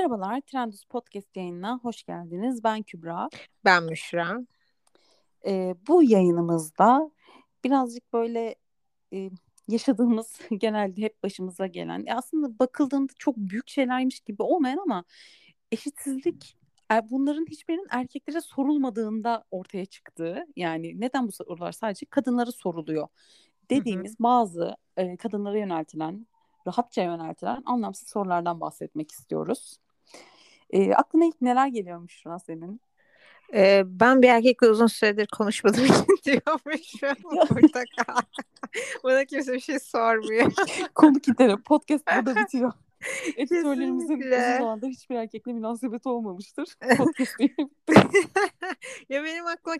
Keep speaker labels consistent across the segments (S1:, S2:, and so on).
S1: Merhabalar, Trendus Podcast yayınına hoş geldiniz. Ben Kübra.
S2: Ben Müşra.
S1: Bu yayınımızda birazcık böyle e, yaşadığımız, genelde hep başımıza gelen, aslında bakıldığında çok büyük şeylermiş gibi olmayan ama eşitsizlik, bunların hiçbirinin erkeklere sorulmadığında ortaya çıktığı, yani neden bu sorular sadece kadınlara soruluyor
S2: Hı hı.
S1: dediğimiz bazı kadınlara yöneltilen, rahatça yöneltilen anlamsız sorulardan bahsetmek istiyoruz. Aklına ilk neler geliyormuş şu an senin?
S2: Ben bir erkekle uzun süredir konuşmadığım için diyormuşum
S1: Ya,
S2: burada kal. Bana kimse bir şey sormuyor.
S1: konu giderim. Podcast burada bitiyor. Editörlerimizin uzun
S2: Kesinlikle.
S1: zamandır hiçbir erkekle münasebeti olmamıştır. Podcast diye bitti.
S2: Ya benim aklıma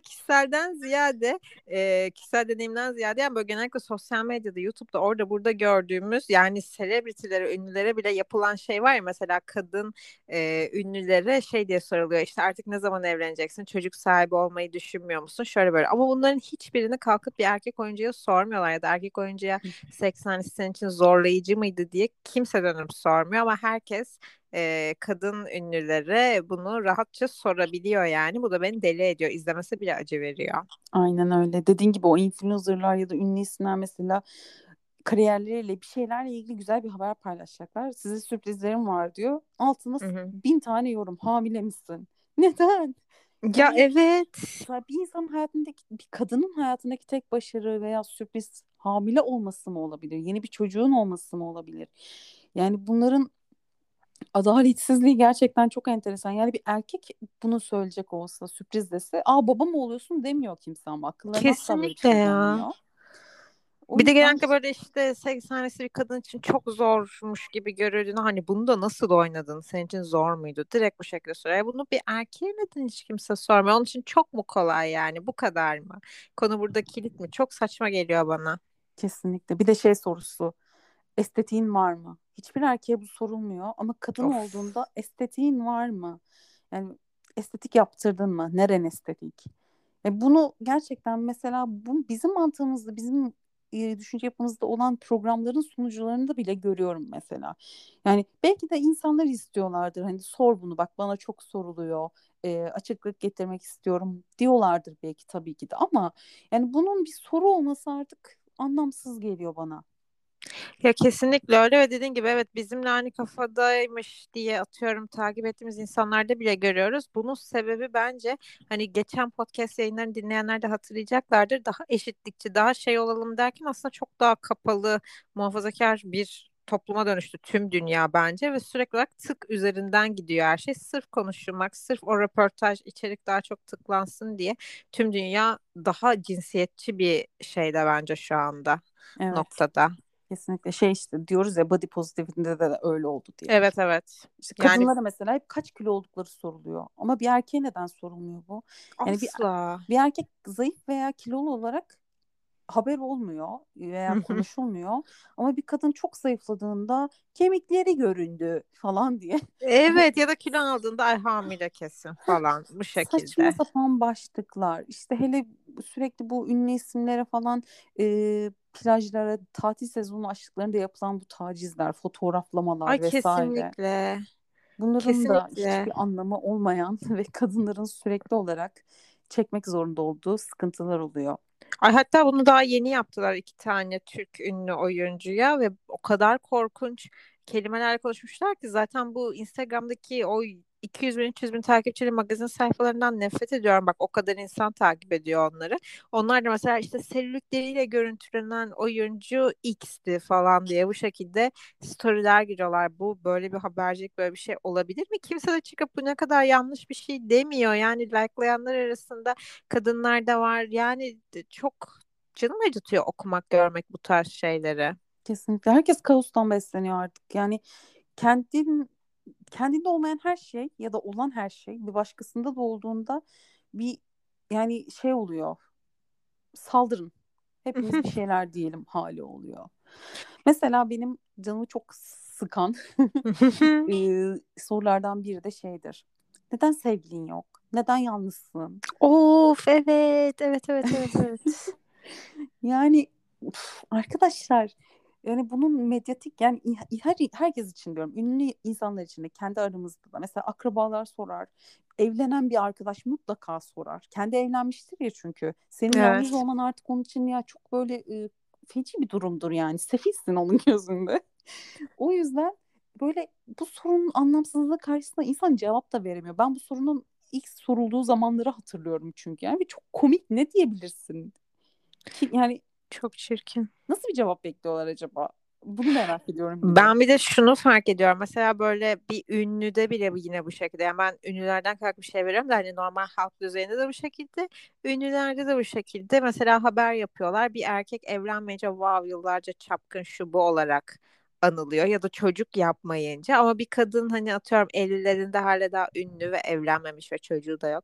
S2: kişisel deneyimden ziyade yani böyle genellikle sosyal medyada, YouTube'da orada burada gördüğümüz yani selebritilere, ünlülere bile yapılan şey var ya, mesela kadın ünlülere şey diye soruluyor, işte artık ne zaman evleneceksin, çocuk sahibi olmayı düşünmüyor musun, şöyle böyle, ama bunların hiçbirini kalkıp bir erkek oyuncuya sormuyorlar ya da erkek oyuncuya seks sahnesi senin için zorlayıcı mıydı diye kimse dönüp sormuyor, ama herkes kadın ünlülere bunu rahatça sorabiliyor yani. Bu da beni deli ediyor. İzlemesi bile acı veriyor.
S1: Aynen öyle. Dediğin gibi o influencerlar ya da ünlü isimler mesela kariyerleriyle bir şeylerle ilgili güzel bir haber paylaşacaklar. Size sürprizlerim var diyor. Altına
S2: Hı hı.
S1: 1000 tane yorum. Hamile misin? Neden?
S2: Ya
S1: Yani
S2: evet.
S1: bir insanın hayatındaki, bir kadının hayatındaki tek başarı veya sürpriz hamile olması mı olabilir? Yeni bir çocuğun olması mı olabilir? Yani bunların adaletsizliği gerçekten çok enteresan. Yani bir erkek bunu söyleyecek olsa, sürpriz dese, aa baba mı oluyorsun demiyor kimse, ama akıllarına asla böyle bir
S2: Kesinlikle
S1: şey
S2: ya.
S1: gelmiyor. O
S2: Bir de
S1: yüzden
S2: genellikle böyle işte seks sahnesi bir kadın için çok zormuş gibi görüldüğünü, hani bunu da nasıl oynadın, senin için zor muydu? Direkt bu şekilde soruyor. Bunu bir erkeğe neden hiç kimse sormuyor? Onun için çok mu kolay yani? Bu kadar mı? Konu burada kilit mi? Çok saçma geliyor bana.
S1: kesinlikle. Bir de şey sorusu. Estetiğin var mı? Hiçbir erkeğe bu sorulmuyor ama kadın
S2: Of.
S1: olduğunda estetiğin var mı? Yani estetik yaptırdın mı? Neren estetik? Bunu gerçekten mesela bu bizim mantığımızda, bizim düşünce yapımızda olan programların sunucularında bile görüyorum mesela. Yani belki de insanlar istiyorlardır. Hani sor bunu, bak bana çok soruluyor. Açıklık getirmek istiyorum diyorlardır belki, tabii ki de, ama yani bunun bir soru olması artık anlamsız geliyor bana.
S2: Ya kesinlikle öyle ve dediğin gibi evet, bizimle aynı kafadaymış diye atıyorum takip ettiğimiz insanlarda bile görüyoruz. Bunun sebebi bence, hani geçen podcast yayınlarını dinleyenler de hatırlayacaklardır. Daha eşitlikçi, daha şey olalım derken aslında çok daha kapalı, muhafazakar bir topluma dönüştü tüm dünya bence ve sürekli olarak tık üzerinden gidiyor her şey. Sırf konuşulmak, sırf o röportaj içerik daha çok tıklansın diye tüm dünya daha cinsiyetçi bir şeyde bence şu anda,
S1: Evet.
S2: noktada.
S1: Kesinlikle, şey işte diyoruz ya, body positivinde de öyle oldu diye.
S2: Evet, evet.
S1: İşte
S2: Yani
S1: kadınlara mesela hep kaç kilo oldukları soruluyor. Ama bir erkeğe neden sorulmuyor bu? Yani
S2: asla.
S1: bir erkek zayıf veya kilolu olarak haber olmuyor veya konuşulmuyor. Ama bir kadın çok zayıfladığında kemikleri göründü falan diye. Yani
S2: Evet, ya da kilo aldığında ay hamile kesin falan, bu
S1: saçma
S2: şekilde.
S1: sapan başlıklar. İşte hele sürekli bu ünlü isimlere falan, plajlara, tatil sezonu açtıklarında yapılan bu tacizler,
S2: Ay
S1: fotoğraflamalar vesaire.
S2: kesinlikle.
S1: Bunların da
S2: Kesinlikle.
S1: hiçbir anlamı olmayan ve kadınların sürekli olarak çekmek zorunda olduğu sıkıntılar oluyor.
S2: Ay hatta bunu daha yeni yaptılar iki tane Türk ünlü oyuncuya ve o kadar korkunç kelimelerle konuşmuşlar ki, zaten bu Instagram'daki o 200 bin 300 bin takipçili magazin sayfalarından nefret ediyorum. Bak, o kadar insan takip ediyor onları. Onlar da mesela işte selülitleriyle görüntülenen oyuncu X'ti falan diye bu şekilde storyler giriyorlar. Bu böyle bir habercilik, böyle bir şey olabilir mi? Kimse de çıkıp bu ne kadar yanlış bir şey demiyor. Yani likelayanlar arasında kadınlar da var. Yani çok canım acıtıyor okumak, görmek bu tarz şeyleri.
S1: Kesinlikle. Herkes kaostan besleniyor artık. Yani kendinde olmayan her şey ya da olan her şey bir başkasında da olduğunda bir, yani şey oluyor. Saldırın. Hepimiz bir şeyler diyelim hali oluyor. Mesela benim canımı çok sıkan sorulardan biri de şeydir. Neden sevgilin yok? Neden yalnızsın?
S2: Of, evet, evet, evet, evet, evet.
S1: Yani arkadaşlar, Yani bunun medyatik, yani herkes için diyorum. Ünlü insanlar için de, kendi aramızda da. Mesela akrabalar sorar. Evlenen bir arkadaş mutlaka sorar. Kendi evlenmiştir ya çünkü. Senin yalnız
S2: Evet.
S1: olman artık onun için ya çok böyle feci bir durumdur yani. Sefilsin onun gözünde. O yüzden böyle bu sorunun anlamsızlığı karşısında insan cevap da veremiyor. Ben bu sorunun ilk sorulduğu zamanları hatırlıyorum çünkü. Yani ve çok komik, ne diyebilirsin? Ki, yani
S2: Çok çirkin.
S1: nasıl bir cevap bekliyorlar acaba? Bunu merak ediyorum bir de.
S2: Ben bir de şunu fark ediyorum. Mesela böyle bir ünlüde bile yine bu şekilde. Yani ben ünlülerden kalk bir şey veriyorum da hani normal halk düzeyinde de bu şekilde. Ünlülerde de bu şekilde. Mesela haber yapıyorlar. Bir erkek evlenmeyince wow yıllarca çapkın şu bu olarak anılıyor. Ya da çocuk yapmayınca. Ama bir kadın hani atıyorum 50'lerinde hala daha ünlü ve evlenmemiş ve çocuğu da yok.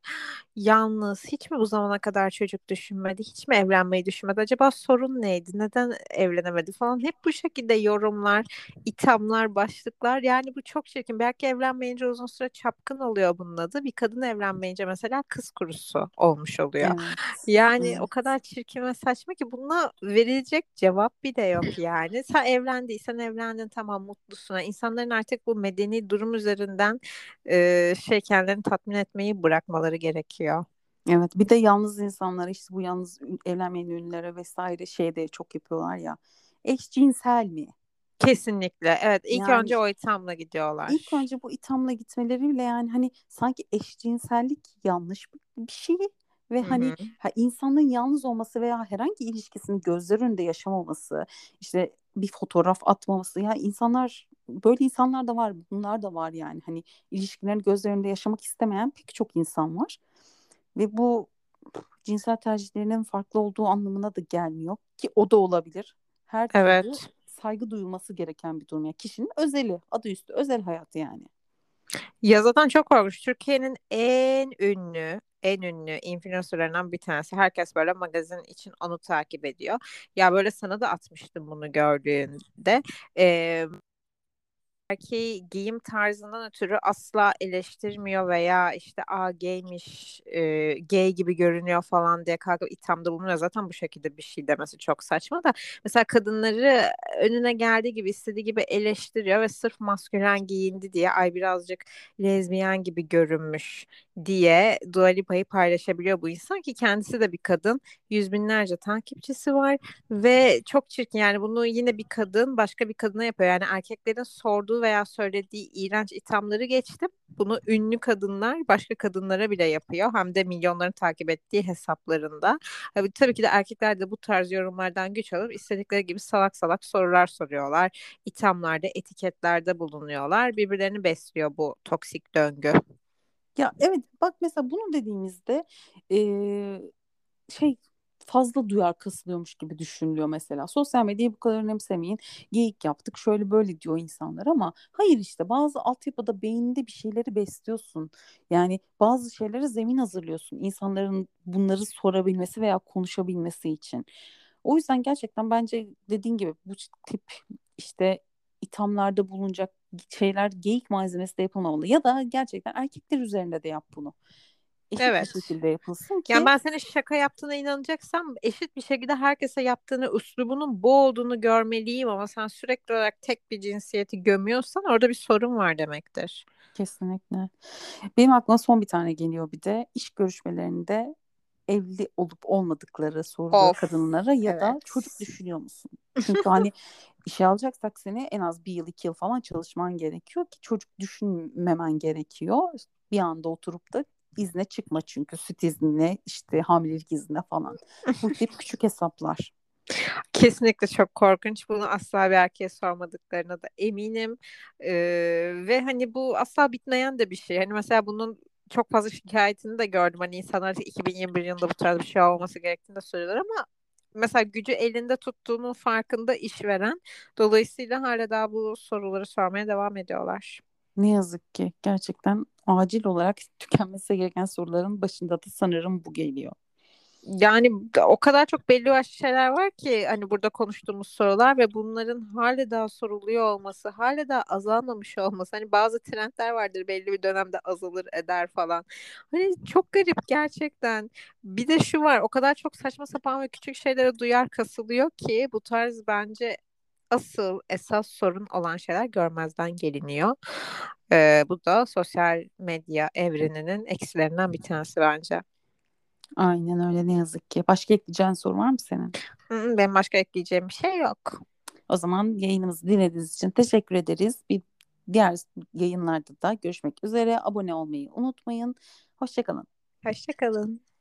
S2: Yalnız hiç mi bu zamana kadar çocuk düşünmedi? Hiç mi evlenmeyi düşünmedi? Acaba sorun neydi? Neden evlenemedi falan? Hep bu şekilde yorumlar, ithamlar, başlıklar. Yani bu çok çirkin. Belki evlenmeyince uzun süre çapkın oluyor bunun adı. Bir kadın evlenmeyince mesela kız kurusu olmuş oluyor.
S1: Evet.
S2: Yani o
S1: Evet.
S2: kadar çirkin ve saçma ki buna verilecek cevap bile yok yani. Sen evlendiysen evlendin, tamam, mutlusun. Yani İnsanların artık bu medeni durum üzerinden kendilerini tatmin etmeyi bırakmaları gerekiyor.
S1: Evet. Bir de yalnız insanlara, işte bu yalnız evlenmeyen ünlülere vesaire şey de çok yapıyorlar ya. Eşcinsel mi?
S2: Kesinlikle. Evet, ilk
S1: Yani
S2: önce o ithamla
S1: ilk
S2: gidiyorlar.
S1: önce bu ithamla gitmeleriyle, yani hani sanki eşcinsellik yanlış bir şey ve
S2: Hı
S1: hani
S2: hı.
S1: insanın yalnız olması veya herhangi ilişkisini gözler önünde yaşamaması, işte bir fotoğraf atmaması, ya insanlar, böyle insanlar da var, bunlar da var yani, hani ilişkilerini gözler önünde yaşamak istemeyen pek çok insan var ve bu cinsel tercihlerinin farklı olduğu anlamına da gelmiyor ki, o da olabilir. Her türlü
S2: Evet.
S1: saygı duyulması gereken bir durum. Yani kişinin özeli, adı üstü özel hayatı yani.
S2: Ya zaten çok korkunç. Türkiye'nin en ünlü influencerlarından bir tanesi. Herkes böyle magazin için onu takip ediyor. Ya böyle sana da atmıştım bunu gördüğünde. Erkeği giyim tarzından ötürü asla eleştirmiyor veya işte gaymiş, gay gibi görünüyor falan diye kalkıp ithamda bulunuyor. Zaten bu şekilde bir şey demesi çok saçma da. Mesela kadınları önüne geldiği gibi istediği gibi eleştiriyor ve sırf maskülen giyindi diye ay birazcık lezbiyen gibi görünmüş diye Dua Lipa'yı paylaşabiliyor bu insan ki kendisi de bir kadın. Yüz binlerce takipçisi var. Ve çok çirkin yani bunu yine bir kadın başka bir kadına yapıyor. Yani erkeklerin sorduğu veya söylediği iğrenç ithamları geçtim. Bunu ünlü kadınlar başka kadınlara bile yapıyor. Hem de milyonların takip ettiği hesaplarında. Tabii ki de erkekler de bu tarz yorumlardan güç alıp istedikleri gibi salak salak sorular soruyorlar. İthamlarda, etiketlerde bulunuyorlar. Birbirlerini besliyor bu toksik döngü.
S1: Ya evet, bak mesela bunu dediğimizde eee, şey, fazla duyar kasılıyormuş gibi düşünülüyor mesela. Sosyal medyayı bu kadar önemsemeyin. Geyik yaptık şöyle böyle diyor insanlar, ama hayır, işte bazı altyapıda beyninde bir şeyleri besliyorsun. Yani bazı şeylere zemin hazırlıyorsun insanların bunları sorabilmesi veya konuşabilmesi için. O yüzden gerçekten bence dediğin gibi bu tip işte ithamlarda bulunacak şeyler geyik malzemesi de yapılmamalı. Ya da gerçekten erkekler üzerinde de yap bunu. Eşit bir
S2: Evet.
S1: şekilde yapılsın
S2: Yani
S1: ki.
S2: ben senin şaka yaptığına inanacaksam eşit bir şekilde herkese yaptığını, üslubunun bu olduğunu görmeliyim ama sen sürekli olarak tek bir cinsiyeti gömüyorsan orada bir sorun var demektir.
S1: Kesinlikle. Benim aklıma son bir tane geliyor bir de. İş görüşmelerinde evli olup olmadıkları soruluyor
S2: Of.
S1: kadınlara, ya da çocuk
S2: Evet.
S1: düşünüyor musun? Çünkü hani işe alacaksak seni en az bir yıl 2 yıl falan çalışman gerekiyor ki çocuk düşünmemen gerekiyor. Bir anda oturup da izne çıkma, çünkü süt iznine, işte hamilelik iznine falan. Bu tip küçük hesaplar.
S2: Kesinlikle çok korkunç. Bunu asla bir erkeğe sormadıklarına da eminim. Ve hani bu asla bitmeyen de bir şey. Hani mesela bunun çok fazla şikayetini de gördüm. Hani insanlar artık 2021 yılında bu tarz bir şey olması gerektiğini de söylüyorlar ama mesela gücü elinde tuttuğunun farkında işveren. Dolayısıyla hala daha bu soruları sormaya devam ediyorlar.
S1: Ne yazık ki gerçekten acil olarak tükenmesi gereken soruların başında da sanırım bu geliyor.
S2: Yani o kadar çok belli başlı şeyler var ki hani burada konuştuğumuz sorular ve bunların hala daha soruluyor olması, hala daha azalmamış olması. Hani bazı trendler vardır belli bir dönemde azalır eder falan. Hani çok garip gerçekten. Bir de şu var, o kadar çok saçma sapan ve küçük şeylere duyar kasılıyor ki bu tarz bence asıl esas sorun olan şeyler görmezden geliniyor. Bu da sosyal medya evreninin eksilerinden bir tanesi bence.
S1: Aynen öyle, ne yazık ki. Başka ekleyeceğin soru var mı senin?
S2: Benim başka ekleyeceğim bir şey yok.
S1: O zaman yayınımızı dinlediğiniz için teşekkür ederiz. Bir diğer yayınlarda da görüşmek üzere. Abone olmayı unutmayın. Hoşça kalın.
S2: Hoşça kalın.